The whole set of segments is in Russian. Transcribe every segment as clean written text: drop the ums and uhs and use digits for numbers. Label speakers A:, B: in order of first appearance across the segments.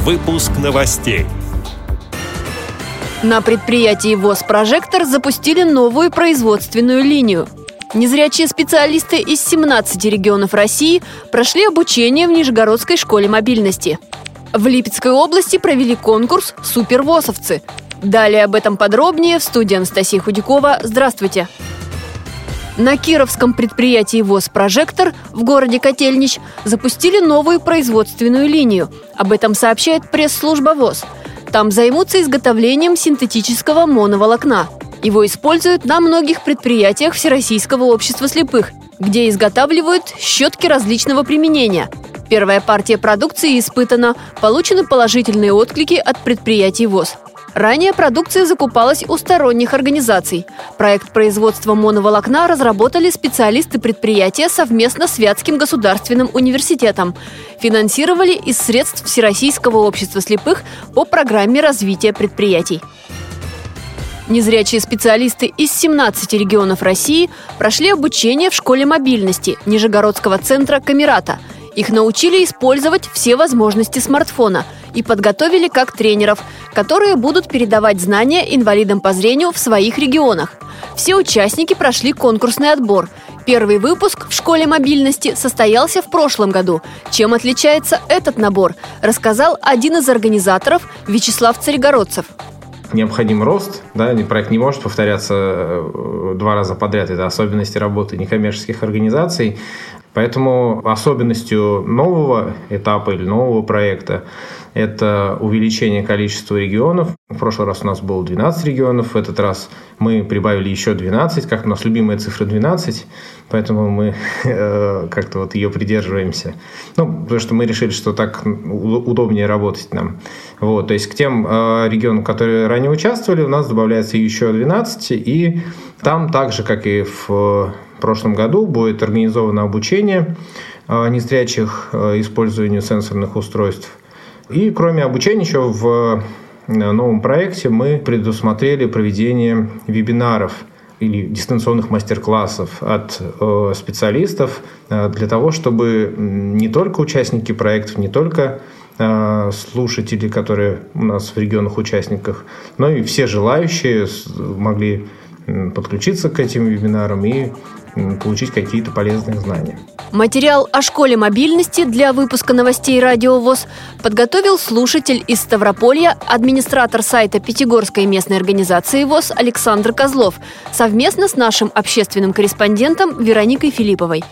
A: Выпуск новостей.
B: На предприятии ВОС «Прожектор» запустили новую производственную линию. Незрячие специалисты из 17 регионов России прошли обучение в Нижегородской школе мобильности. В Липецкой области провели конкурс «Супервосовцы». Далее об этом подробнее в студии Анастасия Худякова. Здравствуйте! На кировском предприятии ВОС «Прожектор» в городе Котельнич запустили новую производственную линию. Об этом сообщает пресс-служба ВОС. Там займутся изготовлением синтетического моноволокна. Его используют на многих предприятиях Всероссийского общества слепых, где изготавливают щетки различного применения. Первая партия продукции испытана, получены положительные отклики от предприятий ВОС. Ранее продукция закупалась у сторонних организаций. Проект производства моноволокна разработали специалисты предприятия совместно с Вятским государственным университетом. Финансировали из средств Всероссийского общества слепых по программе развития предприятий. Незрячие специалисты из 17 регионов России прошли обучение в школе мобильности Нижегородского центра «Камерата». Их научили использовать все возможности смартфона и подготовили как тренеров, которые будут передавать знания инвалидам по зрению в своих регионах. Все участники прошли конкурсный отбор. Первый выпуск в школе мобильности состоялся в прошлом году. Чем отличается этот набор, рассказал один из организаторов Вячеслав Царегородцев.
C: Необходим рост, проект не может повторяться 2 раза подряд. Это особенности работы некоммерческих организаций. Поэтому особенностью нового этапа или нового проекта это увеличение количества регионов. В прошлый раз у нас было 12 регионов, в этот раз мы прибавили еще 12, как у нас любимая цифра 12, поэтому мы как-то ее придерживаемся. Потому что мы решили, что так удобнее работать нам. То есть к тем регионам, которые ранее участвовали, у нас добавляется еще 12, и там так же, как и в прошлом году, будет организовано обучение незрячих использованию сенсорных устройств. И кроме обучения еще в новом проекте мы предусмотрели проведение вебинаров или дистанционных мастер-классов от специалистов для того, чтобы не только участники проектов, не только слушатели, которые у нас в регионах участниках, но и все желающие могли подключиться к этим вебинарам и получить какие-то полезные знания.
B: Материал о школе мобильности для выпуска новостей Радио ВОС подготовил слушатель из Ставрополья, администратор сайта Пятигорской местной организации ВОС Александр Козлов, совместно с нашим общественным корреспондентом Вероникой Филипповой.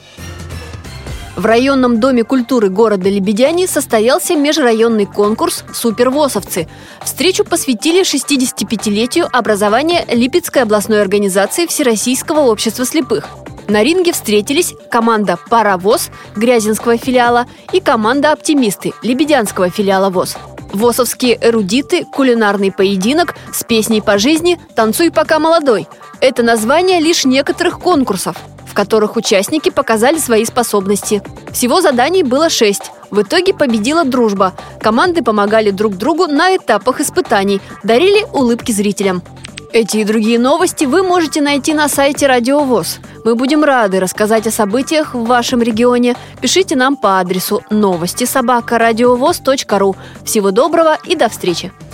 B: В районном доме культуры города Лебедяне состоялся межрайонный конкурс «Супервосовцы». Встречу посвятили 65-летию образования Липецкой областной организации Всероссийского общества слепых. На ринге встретились команда «Паровоз» Грязинского филиала и команда «Оптимисты» Лебедянского филиала ВОС. ВОСовские эрудиты, кулинарный поединок с песней по жизни «Танцуй, пока молодой». Это название лишь некоторых конкурсов, в которых участники показали свои способности. Всего заданий было 6. В итоге победила дружба. Команды помогали друг другу на этапах испытаний, дарили улыбки зрителям. Эти и другие новости вы можете найти на сайте Радио ВОС. Мы будем рады рассказать о событиях в вашем регионе. Пишите нам по адресу новости@радиовос.ру. Всего доброго и до встречи!